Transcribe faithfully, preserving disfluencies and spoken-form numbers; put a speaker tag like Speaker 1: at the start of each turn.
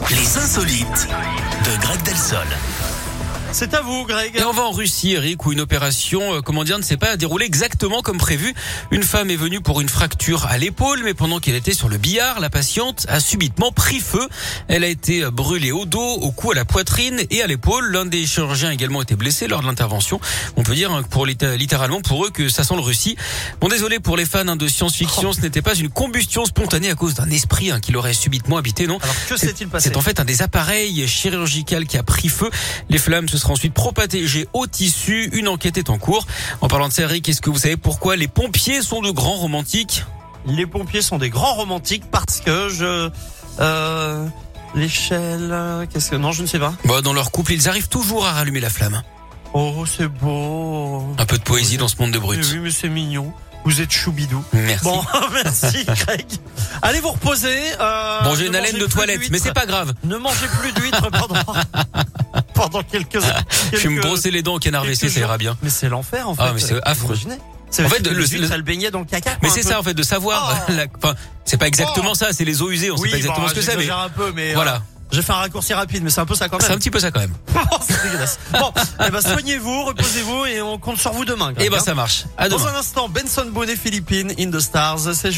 Speaker 1: Les insolites de Greg Delsol.
Speaker 2: C'est à vous, Greg.
Speaker 3: Et on va en Russie, Eric, où une opération, euh, comment dire, ne s'est pas déroulée exactement comme prévu. Une femme est venue pour une fracture à l'épaule, mais pendant qu'elle était sur le billard, la patiente a subitement pris feu. Elle a été brûlée au dos, au cou, à la poitrine et à l'épaule. L'un des chirurgiens a également été blessé lors de l'intervention. On peut dire, hein, pour littéralement pour eux, que ça sent le Russie. Bon, désolé pour les fans hein, de science-fiction, ce n'était pas une combustion spontanée à cause d'un esprit hein, qui l'aurait subitement habité, non.
Speaker 2: Alors, que s'est-il passé?
Speaker 3: C'est en fait un des appareils chirurgicaux qui a pris feu. Les flammes se sera ensuite propagé au tissu. Une enquête est en cours. En parlant de ça, Eric, est-ce que vous savez pourquoi les pompiers sont de grands romantiques?
Speaker 2: Les pompiers sont des grands romantiques parce que je... Euh... L'échelle... Qu'est-ce que... Non, je ne sais pas.
Speaker 3: Bah, dans leur couple, ils arrivent toujours à rallumer la flamme.
Speaker 2: Oh, c'est beau.
Speaker 3: Un peu de poésie dans ce monde de brut.
Speaker 2: Oui, mais c'est mignon. Vous êtes choubidou.
Speaker 3: Merci.
Speaker 2: Bon, merci, Greg. Allez vous reposer. Euh,
Speaker 3: bon, j'ai une
Speaker 2: ne
Speaker 3: haleine
Speaker 2: mangez
Speaker 3: de
Speaker 2: plus
Speaker 3: toilette,
Speaker 2: d'huîtres.
Speaker 3: mais c'est pas grave.
Speaker 2: Ne mangez plus d'huîtres pendant... pendant quelques... quelques...
Speaker 3: Je vais me brosser les dents au canard W C, ça ira bien.
Speaker 2: Mais c'est l'enfer, en fait.
Speaker 3: Ah, mais c'est affreux.
Speaker 2: C'est
Speaker 3: en
Speaker 2: en
Speaker 3: fait,
Speaker 2: fait,
Speaker 3: le,
Speaker 2: le,
Speaker 3: le,
Speaker 2: ça le baignait dans le caca.
Speaker 3: Mais
Speaker 2: quoi,
Speaker 3: c'est
Speaker 2: un
Speaker 3: ça,
Speaker 2: peu.
Speaker 3: en fait, de savoir.
Speaker 2: Oh.
Speaker 3: La, enfin, c'est pas exactement
Speaker 2: Oh.
Speaker 3: ça, c'est les eaux usées, on
Speaker 2: oui,
Speaker 3: sait pas exactement
Speaker 2: bon,
Speaker 3: ce que c'est, mais
Speaker 2: un peu, mais
Speaker 3: voilà.
Speaker 2: Euh, j'ai fait un raccourci rapide, mais c'est un peu ça quand même.
Speaker 3: C'est un petit peu ça quand même.
Speaker 2: C'est dégueulasse. Bon, eh ben, soignez-vous, reposez-vous et on compte sur vous demain.
Speaker 3: Et
Speaker 2: Greg,
Speaker 3: ben,
Speaker 2: hein.
Speaker 3: ça marche. À demain.
Speaker 2: Dans un instant, Benson Boone, Philippines, In the Stars. C'est